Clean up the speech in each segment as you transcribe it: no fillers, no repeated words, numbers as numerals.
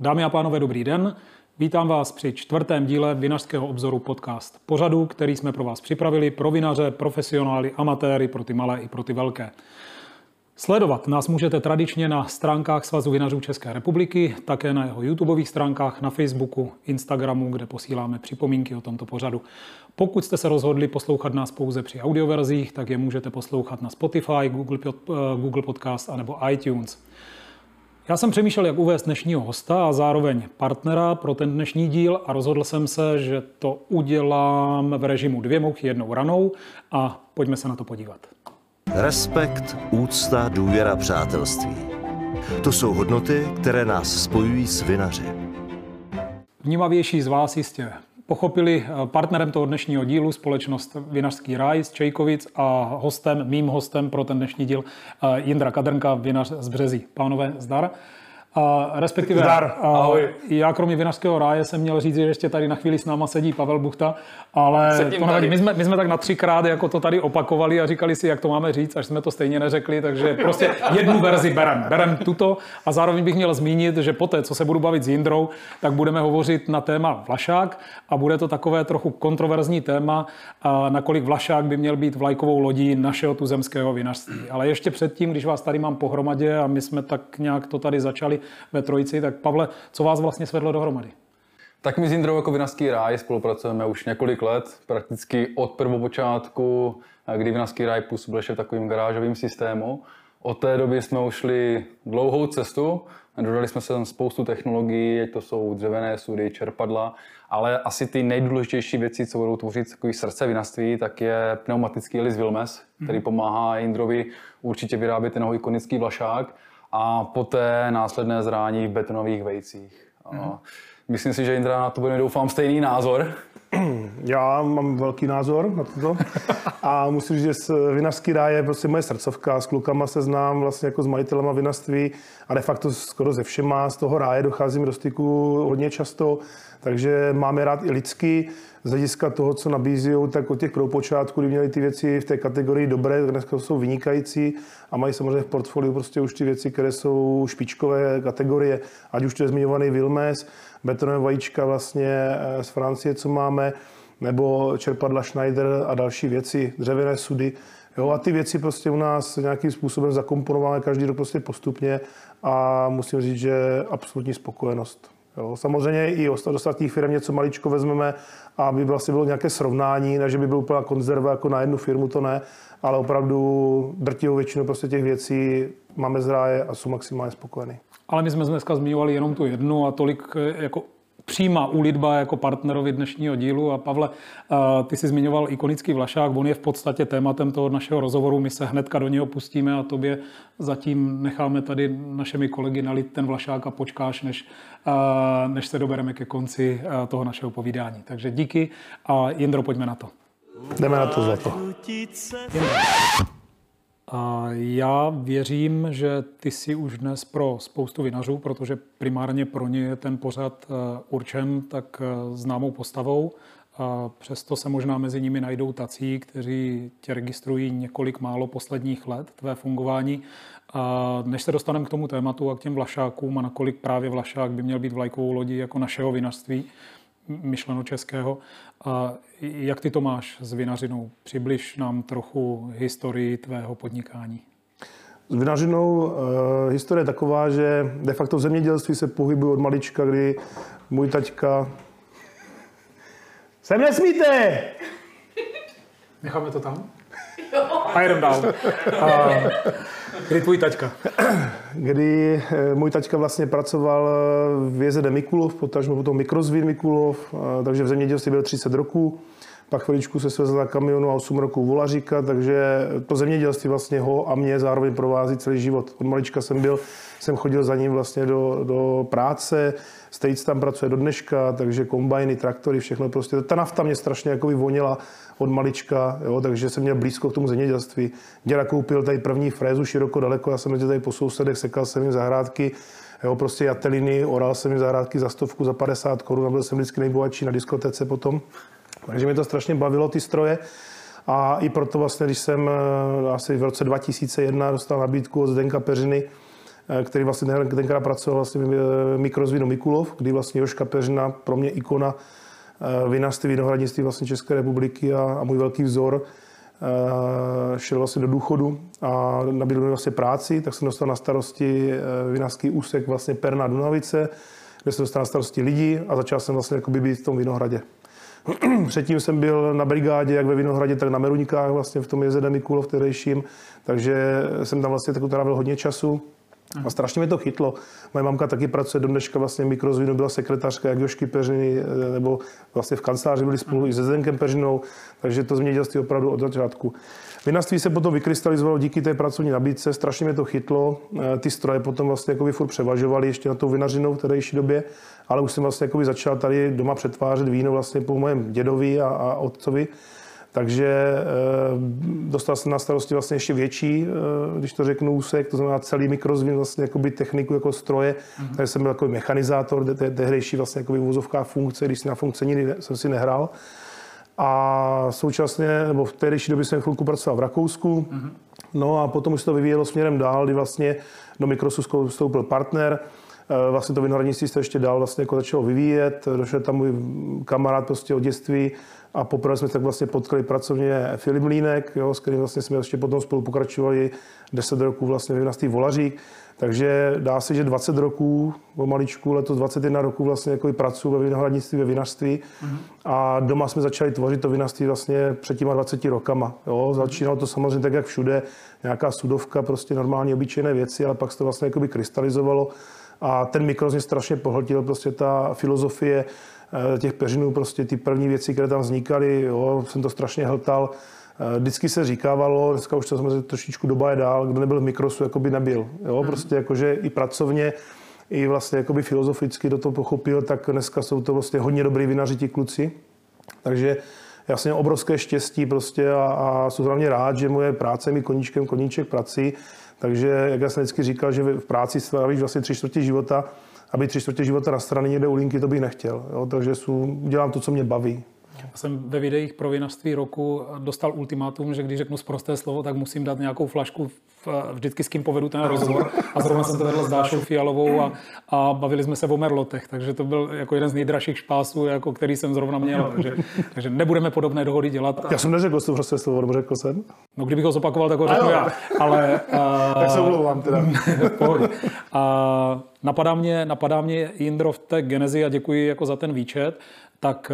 Dámy a pánové, dobrý den. Vítám vás při 4. díle Vinařského obzoru podcast. Pořadu, který jsme pro vás připravili pro vinaře, profesionály, amatéry, pro ty malé i pro ty velké. Sledovat nás můžete tradičně na stránkách Svazu vinařů České republiky, také na jeho YouTubeových stránkách, na Facebooku, Instagramu, kde posíláme připomínky o tomto pořadu. Pokud jste se rozhodli poslouchat nás pouze při audioverzích, tak je můžete poslouchat na Spotify, Google Podcast anebo iTunes. Já jsem přemýšlel, jak uvést dnešního hosta a zároveň partnera pro ten dnešní díl a rozhodl jsem se, že to udělám v režimu 2 mouchy 1 ranou a pojďme se na to podívat. Respekt, úcta, důvěra, přátelství. To jsou hodnoty, které nás spojují s vinaři. Vnímavější z vás jistě pochopili, partnerem toho dnešního dílu společnost Vinařský ráj z Čejkovic a mým hostem pro ten dnešní díl Jindra Kadrnka, vinař z Březí. Pánové, zdar. Respektive, zdar, ahoj. Já kromě Vinařského ráje jsem měl říct, že ještě tady na chvíli s náma sedí Pavel Buchta, ale to nevadí. My jsme tak na 3krát jako to tady opakovali a říkali si, jak to máme říct, až jsme to stejně neřekli, takže prostě jednu verzi berem tuto a zároveň bych měl zmínit, že poté, co se budu bavit s Jindrou, tak budeme hovořit na téma Vlašák a bude to takové trochu kontroverzní téma, nakolik Vlašák by měl být vlajkovou lodí našeho tuzemského vinařství. Ale ještě předtím, když vás tady mám pohromadě a my jsme tak nějak to tady začali ve trojici, tak Pavle, co vás vlastně svedlo dohromady? Tak my s Jindrou jako Vinařský ráj spolupracujeme už několik let, prakticky od prvopočátku, kdy Vinařský ráj působil v takovým garážovým systému. Od té doby jsme ušli dlouhou cestu, dodali jsme se tam spoustu technologií, ať to jsou dřevěné sudy, čerpadla, ale asi ty nejdůležitější věci, co budou tvořit takový srdce vinařství, tak je pneumatický lis Wilmes, který pomáhá Jindrovi určitě vyrábět ten jeho ikonický Vlašák a poté následné zrání v betonových vejcích. Myslím si, že Jindra na to bude, doufám, stejný názor. Já mám velký názor na toto a musím říct, že Vinařský ráj je prostě moje srdcovka. S klukama se znám vlastně jako s majitelema vinařství a de facto skoro ze všema. Z toho ráje docházím do styku hodně často, takže máme rád i lidsky. Z hlediska toho, co nabízí, tak od těch prvopočátků, kdy měli ty věci v té kategorii dobré, dneska jsou vynikající a mají samozřejmě v portfoliu prostě už ty věci, které jsou špičkové kategorie, ať už to je zmiňovaný Wilmes, betonové vajíčka vlastně z Francie, co máme, nebo čerpadla Schneider a další věci, dřevěné sudy. Jo, a ty věci prostě u nás nějakým způsobem zakomponováme každý rok prostě postupně a musím říct, že absolutní spokojenost. Jo, samozřejmě i od ostatních firm něco maličko vezmeme, aby vlastně bylo nějaké srovnání, ne, že by byla úplná konzerva jako na jednu firmu, to ne, ale opravdu drtivou většinu prostě těch věcí máme z ráje a jsou maximálně spokojení. Ale my jsme dneska zmiňovali jenom tu jednu a tolik jako přímá úlitba jako partnerovi dnešního dílu. A Pavle, ty jsi zmiňoval ikonický Vlašák, on je v podstatě tématem toho našeho rozhovoru, my se hnedka do něho pustíme a tobě zatím necháme tady našimi kolegy nalit ten Vlašák a počkáš, než se dobereme ke konci toho našeho povídání. Takže díky a Jindro, pojďme na to. Jdeme na to zlato. Já věřím, že ty jsi už dnes pro spoustu vinařů, protože primárně pro ně je ten pořad určen tak známou postavou. Přesto se možná mezi nimi najdou tací, kteří tě registrují několik málo posledních let, tvé fungování. Než se dostaneme k tomu tématu a k těm Vlašákům a nakolik právě Vlašák by měl být vlajkovou lodí jako našeho vinařství, myšleno českého. Jak ty to máš s vinařinou? Přibliž nám trochu historii tvého podnikání. S vinařinou historie je taková, že de facto v zemědělství se pohybuji od malička, kdy můj taťka... Sem nesmíte! Necháme to tam? A jdem dál. Kdy tvůj taťka? Kdy můj taťka vlastně pracoval v JZD Mikulov, potažmo potom Mikrozvín Mikulov, takže v zemědělství byl 30 roků. Pak chviličku se svezl na kamionu a 8 roků volaříka, takže to zemědělství vlastně ho a mě zároveň provází celý život. Od malička jsem chodil za ním vlastně do práce, Stejc tam pracuje do dneška, takže kombajny, traktory, všechno prostě. Ta nafta mě strašně jako voněla od malička, jo, takže jsem měl blízko k tomu zemědělství. Děda koupil tady první frézu široko daleko, já jsem jezdil tady po sousedech, sekal jsem jim zahrádky, jo, prostě jateliny, oral jsem jim zahrádky za 100, za 50 korun a byl jsem vždycky nejbohatší na diskotece potom. Takže mě to strašně bavilo, ty stroje. A i proto vlastně, když jsem asi v roce 2001 dostal nabídku od Zdenka Peřiny, který vlastně tenkrát pracoval vlastně v mikrozvínu Mikulov, kdy vlastně Jožka Peřina, pro mě ikona vinařství, vinohradnictví vlastně České republiky a můj velký vzor, šel vlastně do důchodu a nabídl mi vlastně práci, tak jsem dostal na starosti vinařský úsek vlastně Perna Dunavice, kde jsem dostal na starosti lidi a začal jsem vlastně být v tom vinohradě. Předtím jsem byl na brigádě, jak ve Vinohradě, tak na Meruňkách, vlastně v tom JZD Mikulov tehdejším, takže jsem tam vlastně trávil hodně času. A strašně mě to chytlo. Moje mamka taky pracuje do dneška vlastně v mikrozvínu, byla sekretářka jak Jožky Peřiny, nebo vlastně v kanceláři byli spolu i se Zdenkem Peřinou, takže to zemědělství opravdu od začátku. Vinařství se potom vykrystalizovalo díky té pracovní nabídce, strašně mě to chytlo. Ty stroje potom vlastně furt převažovaly ještě na tou vinařinou v tehdejší době, ale už jsem vlastně začal tady doma přetvářet víno vlastně po mém dědovi a otcovi. Takže dostal jsem na starosti vlastně ještě větší, když to řeknu, úsek, to znamená celý mikrozvín, vlastně techniku jako stroje. Takže jsem byl jako mechanizátor, tehdejší vlastně v uvozovkách funkce, když na funkce nikdy jsem si nehrál. A současně, nebo v tehdejší době jsem chvilku pracoval v Rakousku. No a potom už se to vyvíjelo směrem dál, kdy vlastně do Mikrosu vstoupil partner. Vlastně to vinohradnictví se ještě dál vlastně začalo vyvíjet. Došel tam můj kamarád prostě od dětství a poprvé jsme tak vlastně potkali pracovně Filip Mlínek, s kterým vlastně jsme ještě potom spolu pokračovali 10 roků vlastně v vinařství Volařík. Takže dá se, že 20 roků, pomaličku, letos 21 roků vlastně pracuji ve vinohradnictví, ve vinařství. A doma jsme začali tvořit to vinařství vlastně před těma 20 rokama. Začínalo to samozřejmě tak, jak všude, nějaká sudovka, prostě normální obyčejné věci, ale pak se to vlastně krystalizovalo. A ten mikroz mě strašně pohltil, prostě ta filozofie těch peřinů, prostě ty první věci, které tam vznikaly, jsem to strašně hltal. Vždycky se říkávalo, dneska už to samozřejmě trošičku doba je dál, kdo nebyl v mikrosu, jakoby nebyl. Prostě jakože i pracovně, i vlastně jakoby filozoficky do toho pochopil, tak dneska jsou to vlastně hodně dobrý vinaři ti kluci. Takže já jsem měl obrovské štěstí prostě a jsem hlavně rád, že moje práce je mi koníček prací. Takže, jak já jsem vždycky říkal, že v práci strávíš vlastně 3/4 života, aby 3/4 života na straně někde u linky, to bych nechtěl. Takže dělám to, co mě baví. Já jsem ve videích pro vinařství roku dostal ultimátum, že když řeknu sprosté slovo, tak musím dát nějakou flašku vždycky s kým povedu ten rozhovor. A zrovna jsem to vedl s Dášou Fialovou a bavili jsme se o merlotech, takže to byl jako jeden z nejdražších špásů, který jsem zrovna měl. Takže nebudeme podobné dohody dělat. Já jsem neřekl sprosté slovo, nebo řekl jsem? No, kdybych ho zopakoval, tak ho řeknu já. Ale, tak se omlouvám teda. V pohodě. Napadá mě, Jindro, v té genezi, a děkuji jako za ten výčet, tak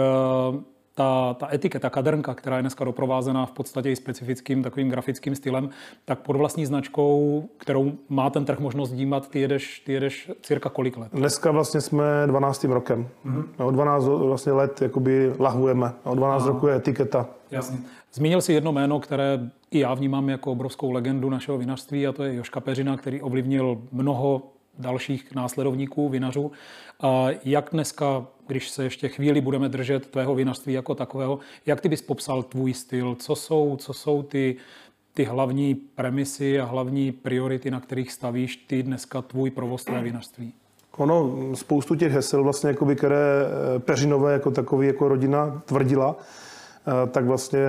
ta etiketa, kadrnka, která je dneska doprovázená v podstatě i specifickým takovým grafickým stylem, tak pod vlastní značkou, kterou má ten trh možnost dímat, ty jedeš cirka kolik let? Dneska vlastně jsme 12. rokem. 12 vlastně let jakoby lahujeme. 12 roku je etiketa. Jasně. Zmínil si jedno jméno, které i já vnímám jako obrovskou legendu našeho vinařství, a to je Jožka Peřina, který ovlivnil mnoho dalších následovníků, vinařů. Jak dneska, když se ještě chvíli budeme držet tvého vinařství jako takového, jak ty bys popsal tvůj styl? Co jsou ty hlavní premisy a hlavní priority, na kterých stavíš ty dneska tvůj provoz, tvé vinařství? Ono, spoustu těch hesel, vlastně, jakoby, které Peřinové jako takový, jako rodina tvrdila, tak vlastně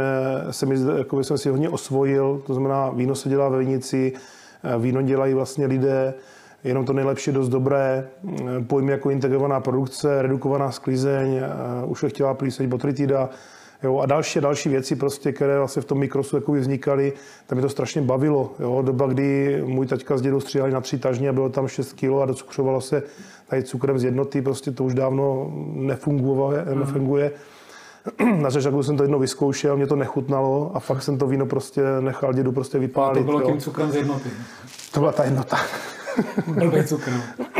jsem si hodně osvojil. To znamená, víno se dělá ve vinici, víno dělají vlastně lidé, jenom to nejlepší, dost dobré, pojmy jako integrovaná produkce, redukovaná sklizeň, ušlechtilá plíseň, botrytida, a další věci, prostě, které vlastně v tom mikrosu vznikaly. Tam mě to strašně bavilo. Doba, kdy můj taťka s dědou stříhali na 3 tažně a bylo tam 6 kg a docukřovalo se tady cukrem z jednoty, prostě to už dávno nefunguje. Na řežaku jsem to jednou vyzkoušel, mě to nechutnalo a fakt jsem to víno prostě nechal dědu prostě vypálit. A to bylo tím cukrem z jednoty. To byla ta jednota. Blbý cukr.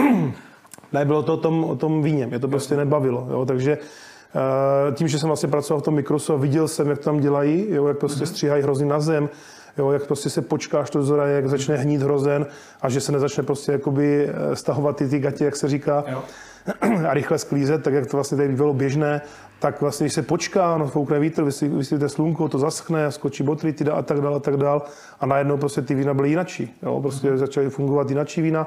Ne, bylo to o tom víně, mě to prostě nebavilo. Takže tím, že jsem vlastně pracoval v tom mikrosu a viděl jsem, jak tam dělají, jak prostě stříhají hrozny na zem, jak prostě se počkáš to zora, jak začne hnít hrozen a že se nezačne prostě jakoby stahovat ty gatě, jak se říká, a rychle sklízet, tak jak to vlastně tady bylo běžné, tak vlastně, když se počká, foukne vítr, vysvítíte slunko, to zaschne, skočí botrytida a tak dál a najednou prostě ty vína byly jinačí. Prostě začaly fungovat jinačí vína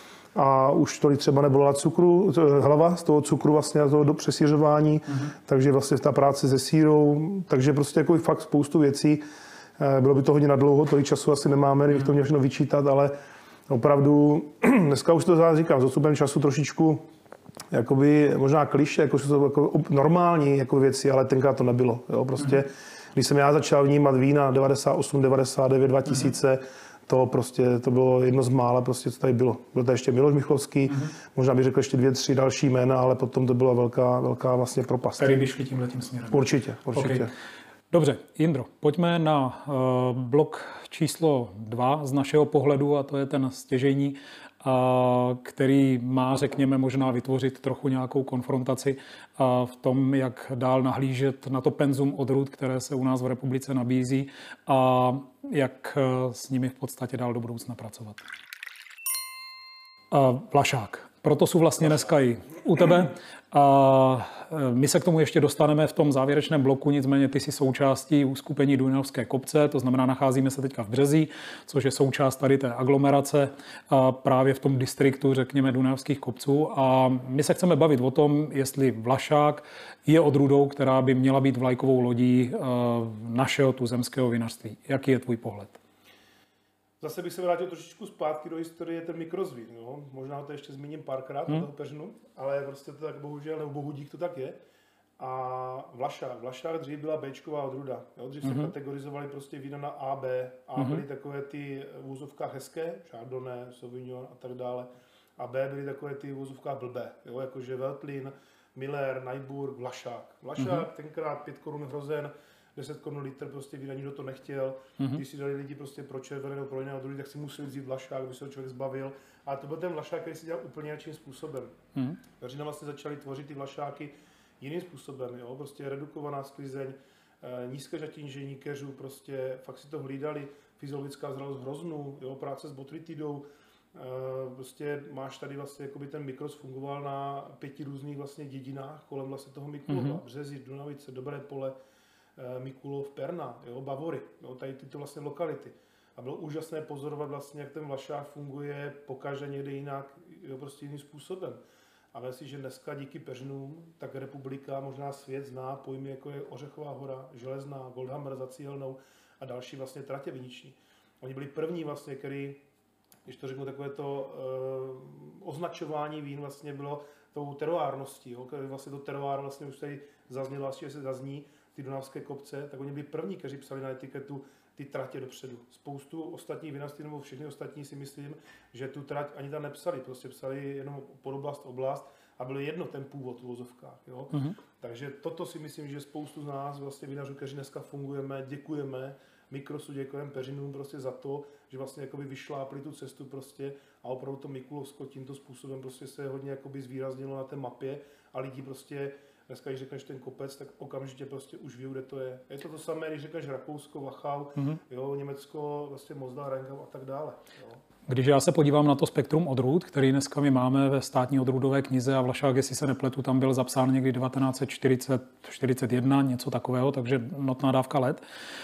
a už tolik třeba nebylo hlava z toho cukru vlastně na toho do přesířování, takže vlastně ta práce se sírou, takže prostě jako fakt spoustu věcí. Bylo by to hodně nadlouho, tolik času asi nemáme, kdybych to měl všechno vyčítat, ale opravdu, dneska už to říkám, s odstupem času trošičku jakoby možná klišé, jako jsou to jako normální jako věci, ale tenkrát to nebylo. Jo? Prostě, když jsem já začal vnímat vína 98, 99, 2000, to prostě to bylo jedno z mála, prostě, co tady bylo. Byl to ještě Miloš Michlovský, možná bych řekl ještě 2, 3 další jména, ale potom to byla velká vlastně propast. Který by šli tímhletím směrem. Určitě. Okay. Dobře, Jindro, pojďme na blok číslo 2 z našeho pohledu, a to je ten stěžejní, který má, řekněme, možná vytvořit trochu nějakou konfrontaci v tom, jak dál nahlížet na to penzum odrůd, které se u nás v republice nabízí, a jak s nimi v podstatě dál do budoucna pracovat. Vlašák. Proto jsou vlastně dneska i u tebe. A my se k tomu ještě dostaneme v tom závěrečném bloku, nicméně ty jsi součástí uskupení Dunajovské kopce, to znamená, nacházíme se teďka v Březí, což je součást tady té aglomerace právě v tom distriktu, řekněme, Dunajovských kopců. A my se chceme bavit o tom, jestli Vlašák je odrůdou, která by měla být vlajkovou lodí našeho tuzemského vinařství. Jaký je tvůj pohled? Zase bych se vrátil trošičku zpátky do historie, ten mikrozvín. No. Možná to ještě zmíním párkrát, toho peřinu, ale prostě to tak bohužel, nebo bohudík to tak je. A Vlašák dřív byla Bčková odrůda. Jo? Dřív se kategorizovali prostě vína na A, B. A byly takové ty v úzovkách hezké, Chardonnay, Sauvignon a tak dále. A B byly takové ty v úzovkách blbé, jo? Jakože Veltlin, Miller, Nyburg, Vlašák. Vlašák tenkrát 5 korun hrozen, 10 korun litr, prostě vína nikdo to nechtěl. Když si dali lidi prostě pro červené nebo pro jiné odrůdy, tak si museli vzít Vlašák, aby se ho člověk zbavil. Ale to byl ten Vlašák, který si dělal úplně jiným způsobem. Peřina vlastně začali tvořit ty Vlašáky jiným způsobem, jo? Prostě redukovaná sklizeň, nízké zatížení keřů, prostě fakt si to hlídali, fyziologická zralost hroznů, jo? Práce s botrytidou. Prostě máš tady vlastně, jakoby ten mikros fungoval na 5 různých vlastně dědinách kolem vlastně toho Mikulova. Březí, Dunavice, Dobré Pole, Mikulov, Perna, jo, Bavory, jo, tady tyto vlastně lokality. A bylo úžasné pozorovat vlastně, jak ten Vlašák funguje pokaždé někde jinak, jo, prostě jiným způsobem. A myslím si, že dneska díky peřinům, tak republika, možná svět zná pojmy, jako je Ořechová hora, Železná, Goldhammer za Cíhelnou a další vlastně tratě viniční. Oni byli první vlastně, který, když to řeknu, takové to označování vín vlastně bylo tou teroárností, jo, vlastně to teroár vlastně už tady zaznělo, ještě se zazní, ty Dunajské kopce, tak oni byli první, kteří psali na etiketu ty tratě dopředu. Spoustu ostatních vinařství, nebo všechny ostatní si myslím, že tu trať ani tam nepsali, prostě psali jenom oblast a bylo jedno ten původ v uvozovkách. Jo? Takže toto si myslím, že spoustu z nás vlastně vinařů, kteří dneska fungujeme, děkujeme Mikrosu, děkujeme peřinům prostě za to, že vlastně jakoby vyšlápli tu cestu prostě a opravdu to Mikulovsko tímto způsobem prostě se hodně jakoby zvýraznilo na té mapě a lidi prostě dneska, když řekneš ten kopec, tak okamžitě prostě už ví, kde to je. Je to samé, když řekneš Rakousko, Wachau, jo, Německo, vlastně Mozdar, Rheingau a tak dále. Jo. Když já se podívám na to spektrum odrůd, který dneska my máme ve státní odrůdové knize, a Vlašák, jestli se nepletu, tam byl zapsán někdy 1940-41, něco takového, takže notná dávka let,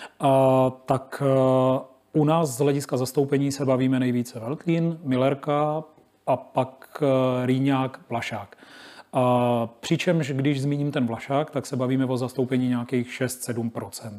tak u nás z hlediska zastoupení se bavíme nejvíce Veltlín, Millerka a pak Rýňák, Vlašák. Přičemž, když zmíním ten Vlašák, tak se bavíme o zastoupení nějakých 6-7%.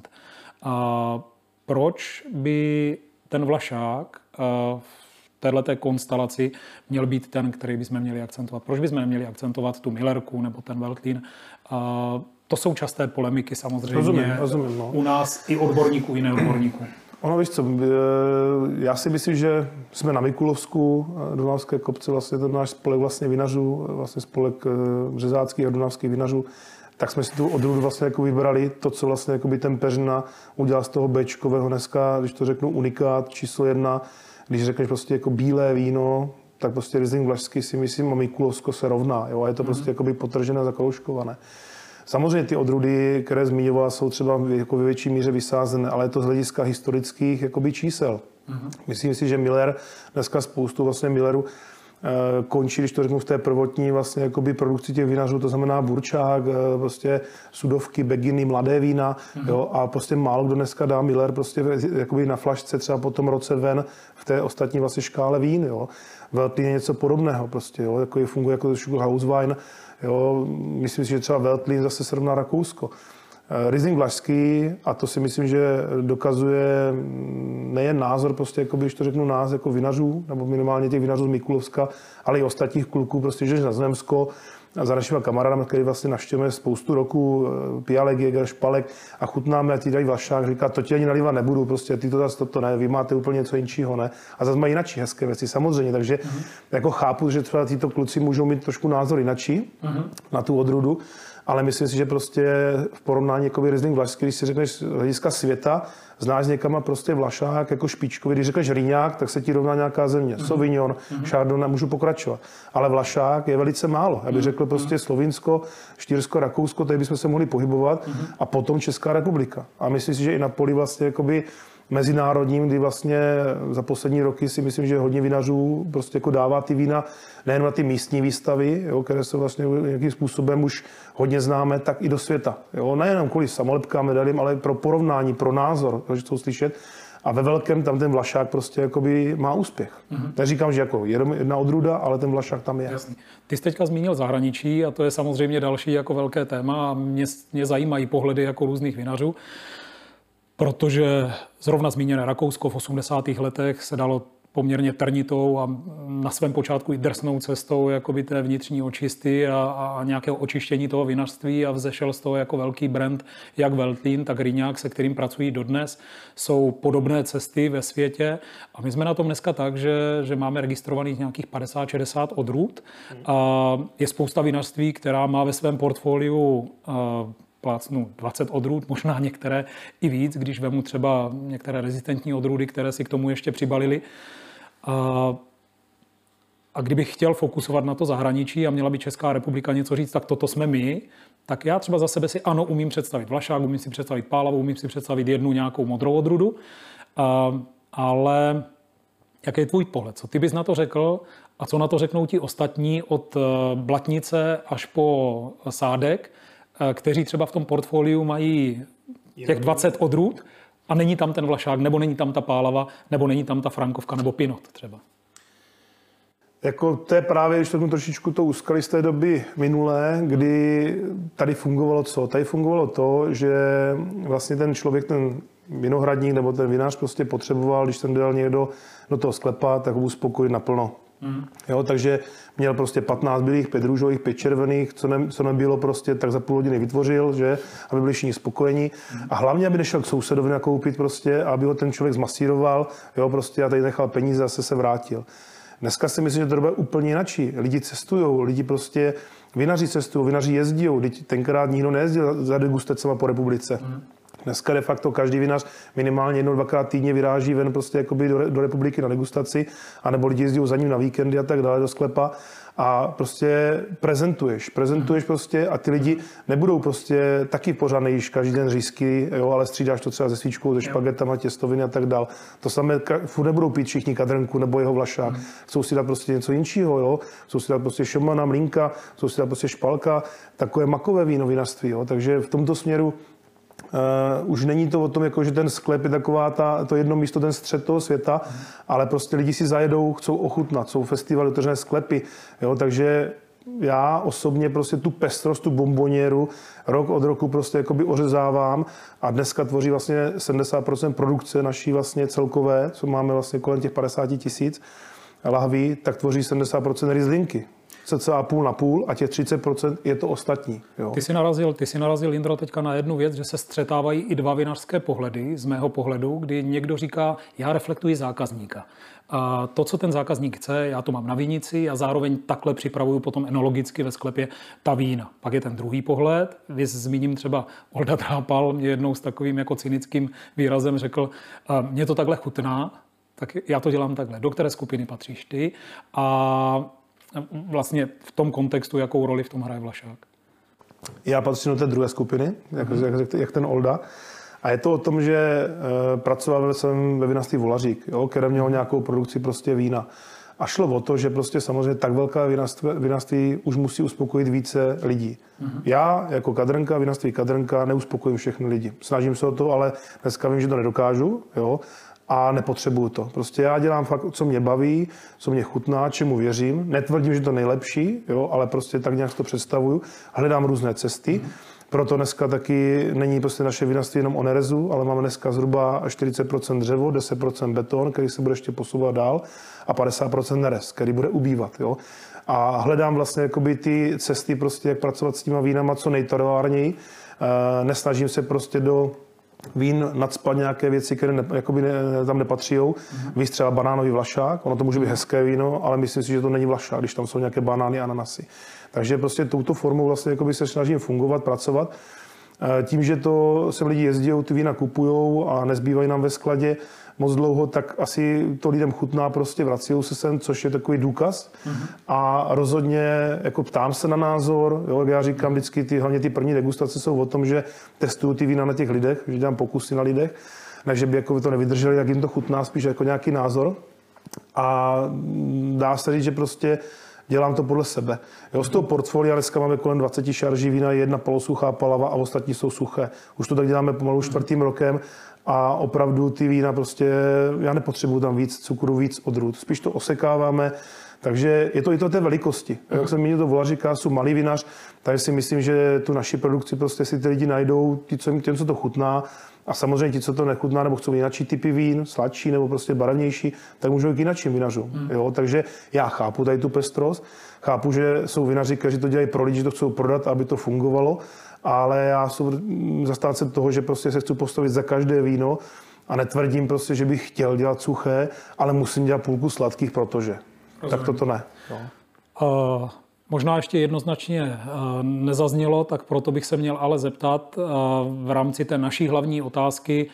Proč by ten Vlašák v téhleté konstelaci měl být ten, který bychom měli akcentovat? Proč bychom neměli akcentovat tu Millerku nebo ten Veltlín? To jsou časté polemiky samozřejmě rozumím, no. U nás i odborníků, i neodborníků. Ono, víš co, já si myslím, že jsme na Mikulovsku, Dunajské kopce, vlastně ten náš spolek vlastně vinařů, vlastně spolek březáckých a dunajských vinařů, tak jsme si tu odrůdu vlastně jako vybrali, to, co vlastně jako by ten Peřina udělal z toho Bčkového dneska, když to řeknu unikát, číslo 1, když řekneš prostě jako bílé víno, tak prostě Riesling vlašský si myslím a Mikulovsko se rovná, jo, a je to prostě jako by potržené, zakroužkované. Samozřejmě ty odrůdy, které zmiňoval, jsou třeba jako ve větší míře vysázené, ale je to z hlediska historických jakoby čísel. Myslím si, že Miller, dneska spoustu vlastně Millerů končí, když to řeknu, v té prvotní vlastně jakoby produkci těch vinařů, to znamená burčák, prostě sudovky, beginy, mladé vína, jo, a prostě málo kdo dneska dá Miller prostě jakoby na flašce třeba po tom roce ven v té ostatní vlastně škále vín, jo. Veltlín je něco podobného prostě, jo, jako funguje jako Sugar House Wine, jo, myslím si, že třeba Veltlín zase srovná Rakousko. Riesling vlašský, a to si myslím, že dokazuje nejen názor, prostě, jako když to řeknu nás jako vinařů, nebo minimálně těch vinařů z Mikulovska, ale i ostatních kluků, prostě, že na Znojemsko a za našimi kamarádami, který vlastně navštěvujeme spoustu roku, Pialek, Jäger, Špalek a chutnáme a ti dají vlašák, říká, to ti ani nalívat nebudu, prostě ty to zase to ne, vy máte úplně něco jiného, ne? A zase mají jinačí hezké věci, samozřejmě, takže jako chápu, že třeba tyto kluci můžou mít trošku názor jinačí na tu odrůdu, ale myslím si, že prostě v porovnání jako Riesling vlašský, když si řekneš z hlediska světa, znáš někama prostě vlašák jako špičkový. Když řekneš Rýňák, tak se ti rovná nějaká země. Sauvignon, Chardonnay, můžu pokračovat. Ale vlašák je velice málo. Já bych řekl prostě Slovinsko, Štýrsko, Rakousko, tady bychom se mohli pohybovat a potom Česká republika. A myslím si, že i na poli vlastně jakoby mezinárodním, kdy vlastně za poslední roky si myslím, že hodně vinařů prostě jako dává ty vína nejen na ty místní výstavy, jo, které jsou vlastně nějakým způsobem už hodně známé, tak i do světa. Jo. Nejenom kvůli samolepkám, medailím, ale pro porovnání, pro názor, že chcou slyšet. A ve velkém tam ten vlašák prostě jakoby má úspěch. Neříkám, že jako jedna odrůda, ale ten vlašák tam je. Jasný. Ty jsi teďka zmínil zahraničí a to je samozřejmě další jako velké téma a mě zajímají pohledy jako různých vinařů. Protože zrovna zmíněné Rakousko v 80. letech se dalo poměrně trnitou a na svém počátku i drsnou cestou jakoby té vnitřní očisty a nějakého očištění toho vinařství a vzešel z toho jako velký brand, jak Veltlín, tak Rýňák, se kterým pracují dodnes. Jsou podobné cesty ve světě a my jsme na tom dneska tak, že máme registrovaných nějakých 50-60 odrůd a je spousta vinařství, která má ve svém portfoliu plácnu 20 odrůd, možná některé i víc, když vemu třeba některé rezistentní odrůdy, které si k tomu ještě přibalili. A kdybych chtěl fokusovat na to zahraničí a měla by Česká republika něco říct, tak toto jsme my, tak já třeba za sebe si ano, umím představit vlašák, umím si představit pálavu, umím si představit jednu nějakou modrou odrůdu, ale jaký je tvůj pohled? Co ty bys na to řekl a co na to řeknou ti ostatní od blatnice až po sádek, kteří třeba v tom portfoliu mají těch 20 odrůd a není tam ten vlašák, nebo není tam ta pálava, nebo není tam ta frankovka, nebo pinot třeba. Jako to je právě, když to trošičku to úskali z té doby minulé, kdy tady fungovalo co? Tady fungovalo to, že vlastně ten člověk, ten vinohradník nebo ten vinář prostě potřeboval, když ten dal někdo do toho sklepa, tak ho uspokojit naplno. Jo, takže měl prostě 15 bílých, 5 růžových, 5 červených, co nebylo prostě, tak za půl hodiny vytvořil, že, aby byli všichni spokojení. A hlavně, aby nešel k sousedovi nakoupit prostě, aby ho ten člověk zmasíroval, jo, prostě a tady nechal peníze a se vrátil. Dneska si myslím, že to bude úplně jinačí. Lidi cestujou, lidi prostě, vinaři cestují, vinaři jezdí, tenkrát nikdo nejezdil za degustacema po republice. Dneska de facto každý vinař minimálně 1-2krát týdně vyráží ven prostě jakoby do republiky na degustaci, anebo lidi jezdí za ním na víkendy a tak dále do sklepa a prostě prezentuješ prostě a ty lidi nebudou prostě taky pořád nejíš každý den řízky, jo, ale střídáš to třeba se svíčkou, se špagetama, těstoviny a tak dále. To samé furt nebudou pít všichni kadrnku nebo jeho vlašák. Chcou si dát prostě něco jiného, jo. Chcou si dát prostě šomana, mlínka, chcou si dát prostě špalka, takové makové víno vinařství, jo. Takže v tomto směru už není to o tom, jako, že ten sklep je taková to jedno místo, ten střed toho světa, ale prostě lidi si zajedou, chcou ochutnat, jsou festivaly, otevřené sklepy, jo, takže já osobně prostě tu pestrost, tu bombonieru rok od roku prostě jakoby ořezávám a dneska tvoří vlastně 70% produkce naší vlastně celkové, co máme vlastně kolem těch 50 000 lahví, tak tvoří 70% Rieslingy. Cca půl na půl a těch 30% je to ostatní. Jo. Ty jsi narazil, Jindro, teďka na jednu věc, že se střetávají i dva vinařské pohledy, z mého pohledu, kdy někdo říká, já reflektuji zákazníka. A to, co ten zákazník chce, já to mám na vinici a zároveň takhle připravuju potom enologicky ve sklepě ta vína. Pak je ten druhý pohled, zmíním třeba Olda Drápal, mě jednou s takovým jako cynickým výrazem řekl, mně to takhle chutná, tak já to dělám takhle. Do které skupiny patříš ty? A vlastně v tom kontextu, jakou roli v tom hraje vlašák? Já patřím do té druhé skupiny, jak ten Olda. A je to o tom, že pracoval jsem ve vinařství Volařík, jo, které mělo nějakou produkci prostě vína. A šlo o to, že prostě samozřejmě tak velká vinařství už musí uspokojit více lidí. Já jako kadrnka, vinařství kadrnka, neuspokojím všechny lidi. Snažím se o to, ale dneska vím, že to nedokážu, jo. A nepotřebuju to. Prostě já dělám fakt, co mě baví, co mě chutná, čemu věřím. Netvrdím, že to nejlepší, jo, ale prostě tak nějak to představuju. Hledám různé cesty. Proto dneska taky není prostě naše vinařství jenom o nerezu, ale máme dneska zhruba 40% dřevo, 10% beton, který se bude ještě posouvat dál a 50% nerez, který bude ubývat. Jo? A hledám vlastně jakoby ty cesty, prostě, jak pracovat s těma vínama co nejterroárněji. Nesnažím se prostě do vín nacpat nějaké věci, které tam nepatřijou. Víš třeba banánový vlašák, ono to může být hezké víno, ale myslím si, že to není vlašák, když tam jsou nějaké banány a ananasy. Takže prostě touto formou vlastně se snažím fungovat, pracovat. Tím, že to sem lidi jezdí, ty vína kupujou a nezbývají nám ve skladě moc dlouho, tak asi to lidem chutná, prostě vrací se sem, což je takový důkaz. A rozhodně jako ptám se na názor, jo, jak já říkám vždycky, hlavně ty první degustace jsou o tom, že testuju ty vína na těch lidech, že dělám pokusy na lidech, ne, že by jako to nevydrželi, jak jim to chutná, spíš jako nějaký názor. A dá se říct, že prostě dělám to podle sebe. Jo, z toho portfolia dneska máme kolem 20 šarží vína, jedna polosuchá palava a ostatní jsou suché. Už to tak děláme pomalu 4. rokem a opravdu ty vína prostě, já nepotřebuju tam víc cukru, víc odrůd. Spíš to osekáváme, takže je to i to té velikosti. Jak jsem mínil to Volaříka, jsou malý vinař, takže si myslím, že tu naši produkci prostě si ty lidi najdou, těm, co to chutná. A samozřejmě ti, co to nechutná, nebo chcou jináčí typy vín, sladší nebo prostě barevnější, tak můžou jít k jináčím vinařům. Jo? Takže já chápu tady tu pestrost, chápu, že jsou vinaři, kteří to dělají pro lidi, že to chcou prodat, aby to fungovalo, ale já jsem zastáncem toho, že prostě se chci postavit za každé víno a netvrdím prostě, že bych chtěl dělat suché, ale musím dělat půlku sladkých, protože. Tak to ne. Jo. Možná ještě jednoznačně nezaznělo, tak proto bych se měl ale zeptat v rámci té naší hlavní otázky,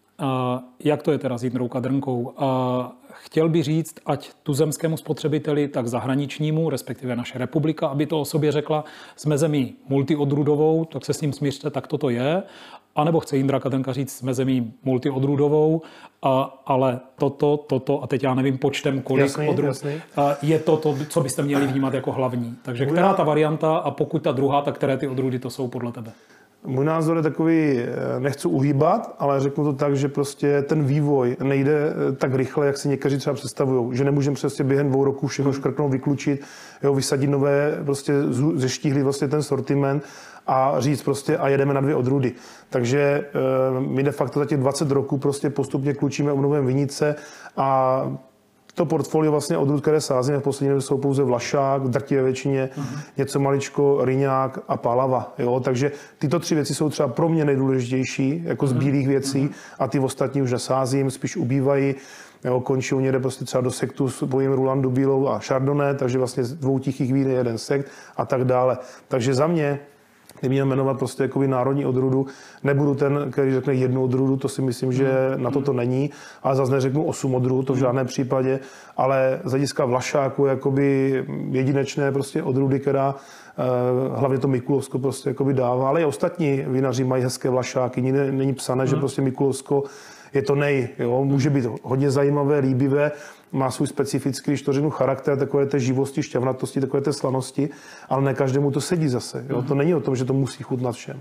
jak to je teda s Jindrou Kadrnkou. Chtěl bych říct, ať tuzemskému spotřebiteli, tak zahraničnímu, respektive naše republika, aby to o sobě řekla, jsme zemí multiodrůdovou, tak se s ním smířte, tak toto je. A nebo chce Jindra Kadrnka říct, jsme zemí multiodrůdovou, ale toto, a teď já nevím počtem, kolik odrůd, je to, co byste měli vnímat jako hlavní. Takže která ta varianta a pokud ta druhá, tak které ty odrůdy to jsou podle tebe? Můj názor je takový, nechci uhýbat, ale řeknu to tak, že prostě ten vývoj nejde tak rychle, jak si někteří třeba představují. Že nemůžeme prostě během 2 roků všechno škrtnout, vyklučit, jo, vysadit nové, prostě zeštíhlit vlastně ten sortiment a říct prostě a jedeme na 2 odrůdy. Takže my de facto za těch 20 roků prostě postupně klučíme, obnovujeme vinice a to portfolio vlastně odrůd, které sázíme v poslední době, jsou pouze Vlašák, v drtivé většině, něco maličko, Ryňák a Palava. Jo? Takže tyto 3 věci jsou třeba pro mě nejdůležitější, jako z bílých věcí, a ty ostatní už nesázím, spíš ubývají. Jo, končí u někde prostě třeba do sektu s bojím Rulandu bílou a Chardonnay, takže vlastně z 2 tichých vín je 1 sekt a tak dále. Takže za mě, kdyby měl jmenovat prostě jakoby národní odrůdu, nebudu ten, který řekne 1 odrůdu, to si myslím, že na to není, ale zase neřeknu 8 odrůd, to v žádném případě, ale z hlediska Vlašáku jakoby jedinečné prostě odrůdy, která hlavně to Mikulovsko prostě jakoby dává, ale i ostatní vinaři mají hezké Vlašáky, není psané, že prostě Mikulovsko je to jo, může být hodně zajímavé, líbivé, má svůj specifický, když to řeknu, charakter, takové té živosti, šťavnatosti, takové té slanosti, ale ne každému to sedí zase. Jo? To není o tom, že to musí chutnat všem.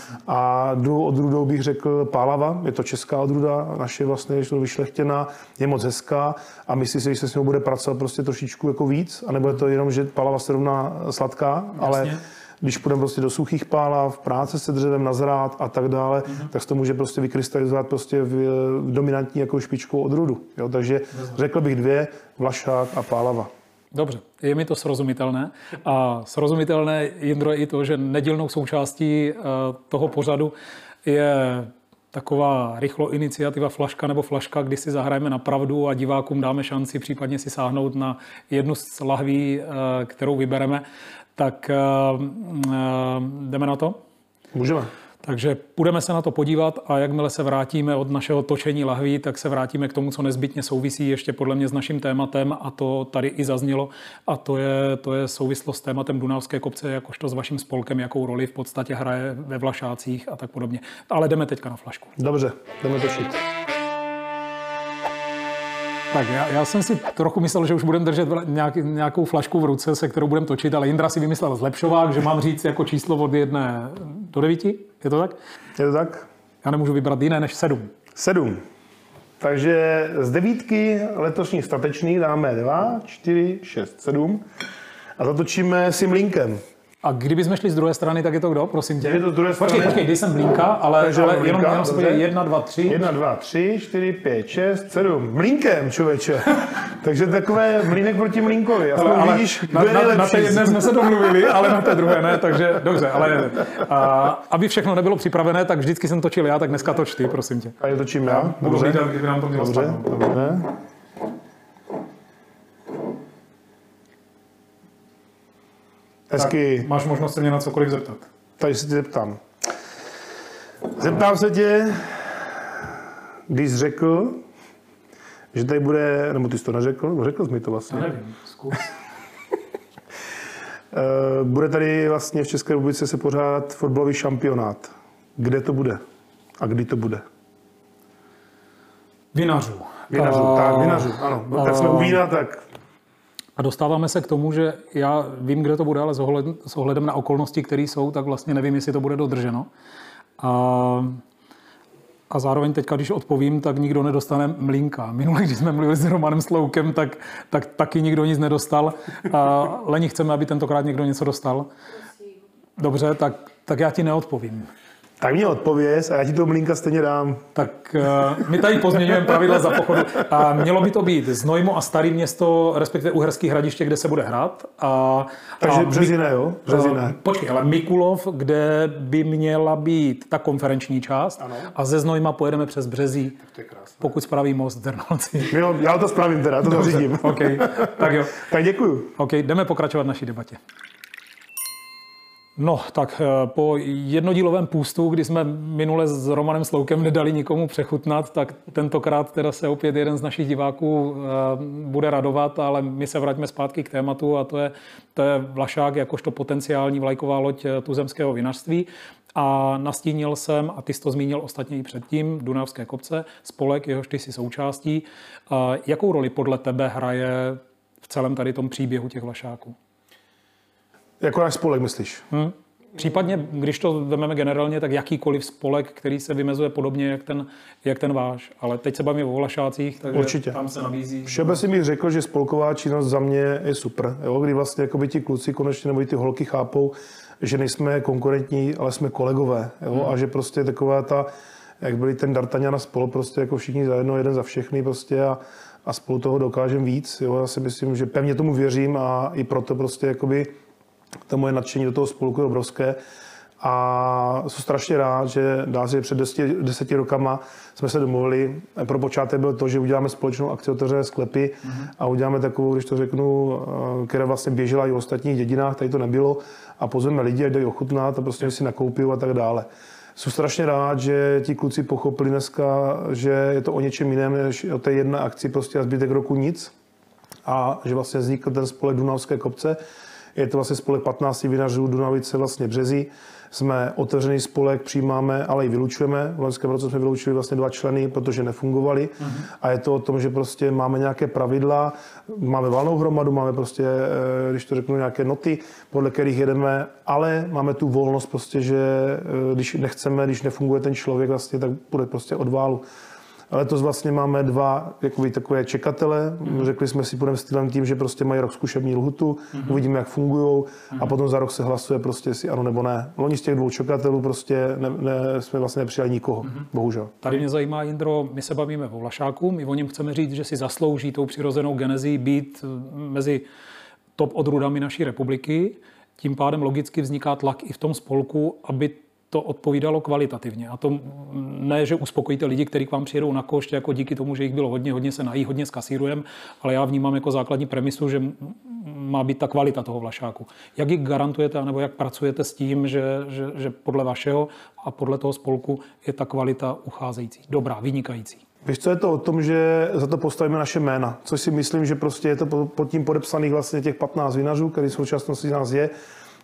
A druhou odrůdou bych řekl Pálava, je to česká odrůda, naše vlastně je vyšlechtěná, je moc hezká a myslí si, že se s ní bude pracovat prostě trošičku jako víc, anebo je to jenom, že Pálava se rovná sladká, ale když půjdeme prostě do suchých pálav, práce se dřevem na zrát a tak dále, tak se to může prostě vykrystalizovat prostě v dominantní jako špičkovou odrůdu. Jo? Takže řekl bych 2, Vlašák a Pálava. Dobře, je mi to srozumitelné. A srozumitelné, Jindro, je i to, že nedílnou součástí toho pořadu je taková rychlo iniciativa Flaška nebo Flaška, kdy si zahrajeme na pravdu a divákům dáme šanci případně si sáhnout na jednu z lahví, kterou vybereme. Tak jdeme na to? Můžeme. Takže půjdeme se na to podívat a jakmile se vrátíme od našeho točení lahví, tak se vrátíme k tomu, co nezbytně souvisí ještě podle mě s naším tématem, a to tady i zaznělo, a to je souvislost s tématem Dunavské kopce, jakožto s vaším spolkem, jakou roli v podstatě hraje ve Vlašácích a tak podobně. Ale jdeme teďka na Flašku. Dobře, jdeme točit. Tak já jsem si trochu myslel, že už budeme držet nějakou flašku v ruce, se kterou budeme točit, ale Jindra si vymyslel zlepšovák, že mám říct jako číslo od 1 do 9. Je to tak? Je to tak? Já nemůžu vybrat jiné než 7. 7. Takže z 9 letošních statečných dáme 2, 4, 6, 7 a zatočíme Simlinkem. A kdybychom šli z druhé strany, tak je to kdo, prosím tě? Je to z druhé strany. Počkej, když jsem Mlínka, ale jenom se podívej, 1, 2, 3. 1, 2, 3, 4, 5, 6, 7. Mlínkem, člověče. Takže takové mlínek proti mlínkovi. Ale vidíš, na té jedné jsme se domluvili, ale na té druhé ne, takže dobře. Ale aby všechno nebylo připravené, tak vždycky jsem točil já, tak dneska toč ty, prosím tě. A je točím já? Budu hlídat, kdyby nám to mělo spadnout. Dobře. Hezky. Máš možnost se mě na cokoliv zeptat. Takže se tě zeptám. Zeptám se tě, když jsi řekl, že tady bude, nebo ty jsi to neřekl, řekl jsi mi to vlastně. Já nevím, zkus. Bude tady vlastně v České republice se pořádat fotbalový šampionát. Kde to bude? A kdy to bude? Vinařů. Vinařů, ano. Tak jsme u vína, tak... A dostáváme se k tomu, že já vím, kde to bude, ale s ohledem na okolnosti, které jsou, tak vlastně nevím, jestli to bude dodrženo. A zároveň teďka, když odpovím, tak nikdo nedostane Mlínka. Minule, když jsme mluvili s Romanem Sloukem, tak taky nikdo nic nedostal. Leni, chceme, aby tentokrát někdo něco dostal. Dobře, tak já ti neodpovím. Tak mě odpověz a já ti toho Mlínka stejně dám. Tak my tady pozměňujeme pravidla za pochodu. Mělo by to být Znojmo a Staré Město, respektive Uherské Hradiště, kde se bude hrát. Takže Březina, jo? Březina. Počkej, ale Mikulov, kde by měla být ta konferenční část. Ano. A ze Znojma pojedeme přes Březí, pokud spraví most v Drnolci. Jo, já to spravím teda, to zařídím. OK, tak jo. Tak děkuju. OK, jdeme pokračovat v naší debatě. No, tak po jednodílovém půstu, kdy jsme minule s Romanem Sloukem nedali nikomu přechutnat, tak tentokrát teda se opět jeden z našich diváků bude radovat, ale my se vraťme zpátky k tématu a to je Vlašák jakožto potenciální vlajková loď tuzemského vinařství. A nastínil jsem, a ty jsi to zmínil ostatně i předtím, Dunajské kopce, spolek, jehož ty jsi součástí. Jakou roli podle tebe hraje v celém tady tom příběhu těch Vlašáků? Jako náš spolek, myslíš? Případně, když to vezmeme generálně, tak jakýkoliv spolek, který se vymezuje podobně jak ten váš. Ale teď se bavíme o Vlašácích, takže určitě. Tam se nabízí. Všeobecně bych řekl, že spolková činnost za mě je super. Jo? Kdy vlastně ti kluci konečně nebo ty holky chápou, že nejsme konkurentní, ale jsme kolegové. Jo? A že prostě taková ta, jak byli ten D'Artagnan spolu, prostě jako všichni zajedno, jeden za všechny prostě a spolu toho dokážeme víc. Jo? Já si myslím, že pevně tomu věřím a i proto prostě jakoby to moje nadšení do toho spolku je obrovské. A jsem strašně rád, že dá se, před 10 rokama jsme se domluvili. Pro počátek bylo to, že uděláme společnou akci otevřené sklepy a uděláme takovou, když to řeknu, která vlastně běžela i v ostatních dědinách, tady to nebylo. A pozveme lidi, ať dají ochutnat a prostě si nakoupí a tak dále. Jsem strašně rád, že ti kluci pochopili dneska, že je to o něčem jiném, než o té jedné akci prostě a zbytek roku nic. A že vlastně vznikl ten spolek Dunajské kopce. Je to vlastně spolek 15 vinařů Dunavice, vlastně Březí. Jsme otevřený spolek, přijímáme, ale i vylučujeme. V loňském roce jsme vylučili vlastně 2 členy, protože nefungovali. A je to o tom, že prostě máme nějaké pravidla, máme valnou hromadu, máme prostě, když to řeknu, nějaké noty, podle kterých jedeme, ale máme tu volnost prostě, že když nechceme, když nefunguje ten člověk vlastně, tak bude prostě od válu. Letos vlastně máme 2 takové čekatele. Řekli jsme si, půjdeme stylem tím, že prostě mají rok zkušební lhutu, uvidíme, jak fungují a potom za rok se hlasuje prostě si ano nebo ne. Loni z těch 2 čekatelů prostě jsme vlastně nepřijali nikoho, bohužel. Tady mě zajímá, Jindro, my se bavíme o Vlašáku, my o něm chceme říct, že si zaslouží tou přirozenou genezí být mezi top odrůdami naší republiky. Tím pádem logicky vzniká tlak i v tom spolku, aby to odpovídalo kvalitativně. A to ne, že uspokojíte lidi, kteří k vám přijedou na košť, jako díky tomu, že jich bylo hodně se nají, hodně skasírujeme, ale já vnímám jako základní premisu, že má být ta kvalita toho Vlašáku. Jak ji garantujete, nebo jak pracujete s tím, že podle vašeho a podle toho spolku je ta kvalita ucházející, dobrá, vynikající? Víš, co je to o tom, že za to postavíme naše jména, což si myslím, že prostě je to pod tím podepsaných vlastně těch 15 vinařů, který v současnosti nás je.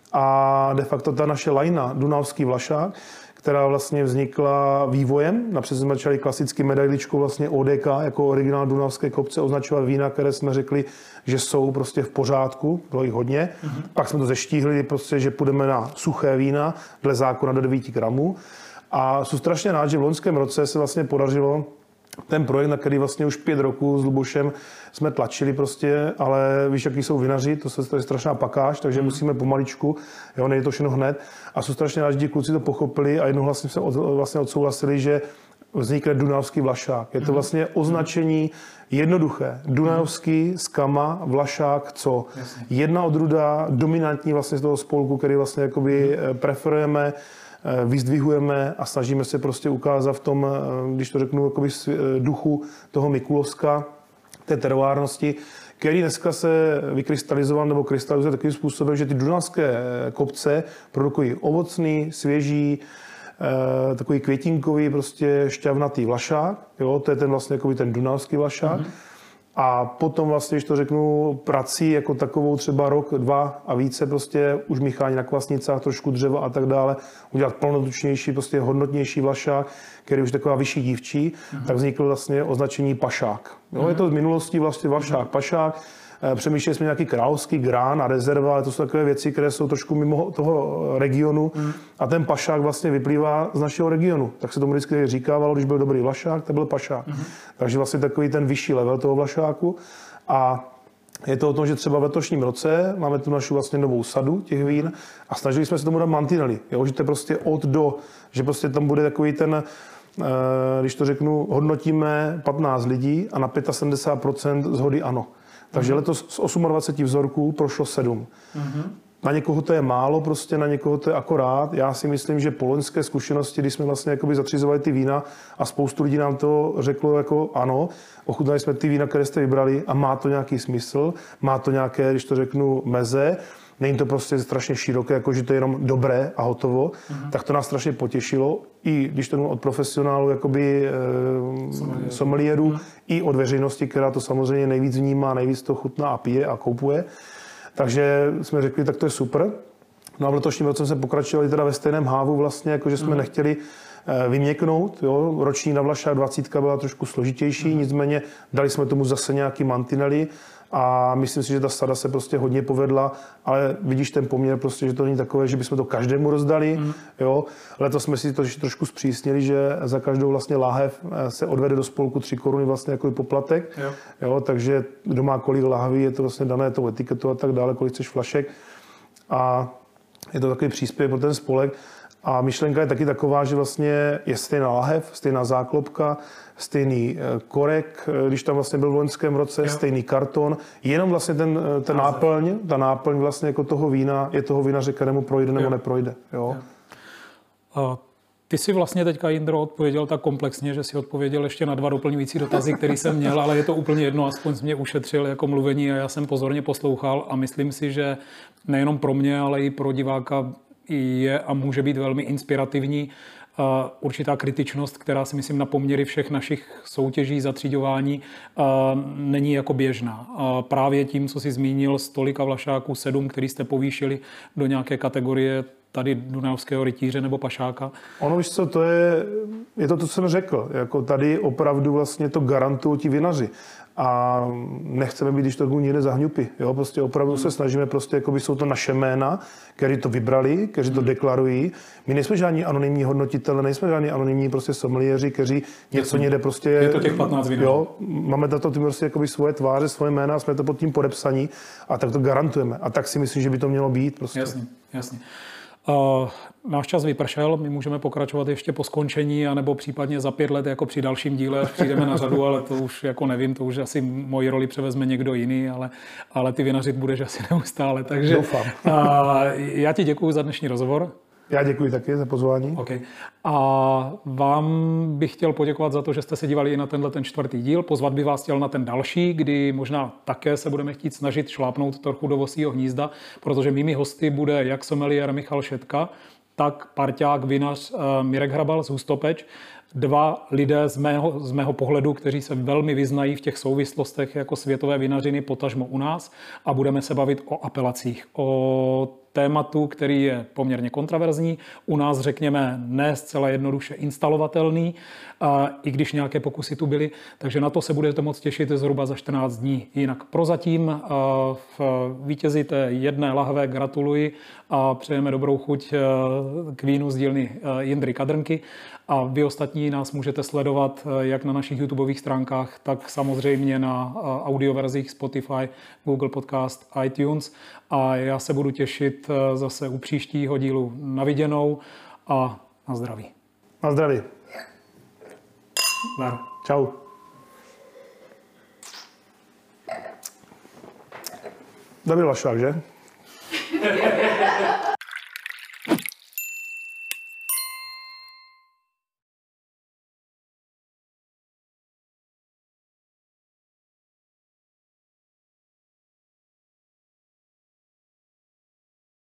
A de facto ta naše lajna Dunajský Vlašák, která vlastně vznikla vývojem. Napřed jsme začali klasicky medailičkou vlastně ODK jako originál Dunajské kopce označovat vína, které jsme řekli, že jsou prostě v pořádku, bylo jich hodně. Pak jsme to zeštíhli, prostě, že půjdeme na suché vína dle zákona do 9 gramů. A jsem strašně rád, že v loňském roce se vlastně podařilo ten projekt, na který vlastně už 5 roků s Lubošem jsme tlačili prostě, ale víš, jaký jsou vinaři, to je strašná pakáž, takže musíme pomaličku, jo, nejde to všechno hned. A jsou strašně rádi, že kluci to pochopili a jednohlasně se vlastně odsouhlasili, že vznikne Dunajovský vlašák. Je to vlastně označení jednoduché. Dunajovský, skama, vlašák, co? Jedna odrůda, dominantní vlastně z toho spolku, který vlastně jakoby preferujeme, vyzdvihujeme a snažíme se prostě ukázat v tom, když to řeknu, jakoby duchu toho Mikulovska, té teroárnosti, který dneska se vykrystalizoval nebo krystalizuje takovým způsobem, že ty dunajské kopce produkují ovocný, svěží, takový květinkový, prostě šťavnatý vlašák. Jo, to je ten vlastně jakoby ten dunajský vlašák. A potom vlastně, když to řeknu, prací jako takovou třeba rok, 2 a více prostě už míchání na kvasnicách, trošku dřeva a tak dále, udělat plnotučnější, prostě hodnotnější vlašák, který už je taková vyšší dívčí, tak vzniklo vlastně označení pašák. Jo, je to z minulosti vlastně vlašák, pašák. Přemýšleli jsme nějaký královský grán a rezerva, ale to jsou takové věci, které jsou trošku mimo toho regionu. A ten pašák vlastně vyplývá z našeho regionu. Tak se tomu vždycky říkávalo, když byl dobrý vlašák, tak byl pašák. Takže vlastně takový ten vyšší level toho vlašáku. A je to o tom, že třeba v letošním roce máme tu naši vlastně novou sadu těch vín a snažili jsme se tomu dát mantinely. Jo? Že to je prostě od do, že prostě tam bude takový ten, když to řeknu, hodnotíme 15 lidí a na 75% shody ano. Takže letos z 28 vzorků prošlo 7. Na někoho to je málo, prostě na někoho to je akorát. Já si myslím, že po loňské zkušenosti, když jsme vlastně jakoby zatřizovali ty vína a spoustu lidí nám to řeklo jako ano, ochutnali jsme ty vína, které jste vybrali a má to nějaký smysl, má to nějaké, když to řeknu, meze. Není to prostě strašně široké, jako že to je jenom dobré a hotovo, tak to nás strašně potěšilo. I když to od profesionálů, jakoby sommeliérů, i od veřejnosti, která to samozřejmě nejvíc vnímá, nejvíc to chutná a pije a koupuje. Takže jsme řekli, tak to je super. No a v letošním roce jsme pokračovali teda ve stejném hávu vlastně, jakože jsme nechtěli vyměknout. Jo. Roční na vlašák 20 byla trošku složitější, nicméně dali jsme tomu zase nějaký mantinely a myslím si, že ta sada se prostě hodně povedla, ale vidíš ten poměr prostě, že to není takové, že bychom to každému rozdali. Jo. Letos jsme si to trošku zpřísnili, že za každou vlastně láhev se odvede do spolku 3 koruny vlastně jako poplatek. Jo, takže kdo má kolik láhví, je to vlastně dané tou etiketou a tak dále, kolik chceš flašek. A je to takový příspěvek pro ten spolek. A myšlenka je taky taková, že vlastně je stejná láhev, stejná záklopka, stejný korek, když tam vlastně byl v loňském roce, stejný karton, jenom vlastně ta náplň vlastně jako toho vína je toho vinaře, kterému projde nebo neprojde. Jo? Ty si vlastně teďka, Jindro, odpověděl tak komplexně, že si odpověděl ještě na 2 doplňující dotazy, který jsem měl, ale je to úplně jedno, aspoň jsi mě ušetřil jako mluvení a já jsem pozorně poslouchal a myslím si, že nejenom pro mě, ale i pro diváka je a může být velmi inspirativní určitá kritičnost, která si myslím na poměry všech našich soutěží, zatříďování není jako běžná. Právě tím, co jsi zmínil, z tolika vlašáků 7, který jste povýšili do nějaké kategorie tady dunajovského rytíře nebo pašáka. Ono, víš co, to je to, co jsem řekl. Jako tady opravdu vlastně to garantují ti vinaři. A nechceme být, když to někde zahňupy. Jo? Prostě opravdu se snažíme, prostě, jakoby jsou to naše jména, kteří to vybrali, kteří to deklarují. My nejsme žádní anonymní hodnotitelé, nejsme žádní anonymní prostě sommeliéři, kteří něco někde prostě... Je to těch 15 vinařů. Jo, máme na to prostě jakoby svoje tváře, svoje jména, jsme to pod tím podepsaní a tak to garantujeme. A tak si myslím, že by to mělo být. Prostě. Jasně. Náš čas vypršel, my můžeme pokračovat ještě po skončení, anebo případně za 5 let jako při dalším díle, až přijdeme na řadu, ale to už jako nevím, to už asi moji roli převezme někdo jiný, ale ty vinařit budeš asi neustále. Takže doufám. Já ti děkuji za dnešní rozhovor. Já děkuji taky za pozvání. Okay. A vám bych chtěl poděkovat za to, že jste se dívali i na ten 4. díl. Pozvat by vás chtěl na ten další, kdy možná také se budeme chtít snažit šlápnout trochu do vosího hnízda, protože mými hosty bude jak sommeliér Michal Šetka, tak parťák vinař Mirek Hrabal z Hustopeč. 2 lidé z mého pohledu, kteří se velmi vyznají v těch souvislostech jako světové vinařiny, potažmo u nás, a budeme se bavit o apelacích, o tématu, který je poměrně kontroverzní. U nás řekněme ne zcela jednoduše instalovatelný, i když nějaké pokusy tu byly, takže na to se budete moct těšit zhruba za 14 dní. Jinak prozatím v vítězi té jedné lahve gratuluji a přejeme dobrou chuť k vínu z dílny Jindry Kadrnky. A vy ostatní nás můžete sledovat jak na našich YouTubeových stránkách, tak samozřejmě na audioverzích Spotify, Google Podcast, iTunes. A já se budu těšit zase u příštího dílu. Na viděnou a na zdraví. Na zdraví. Dar. Čau. Dobrý lašák, že?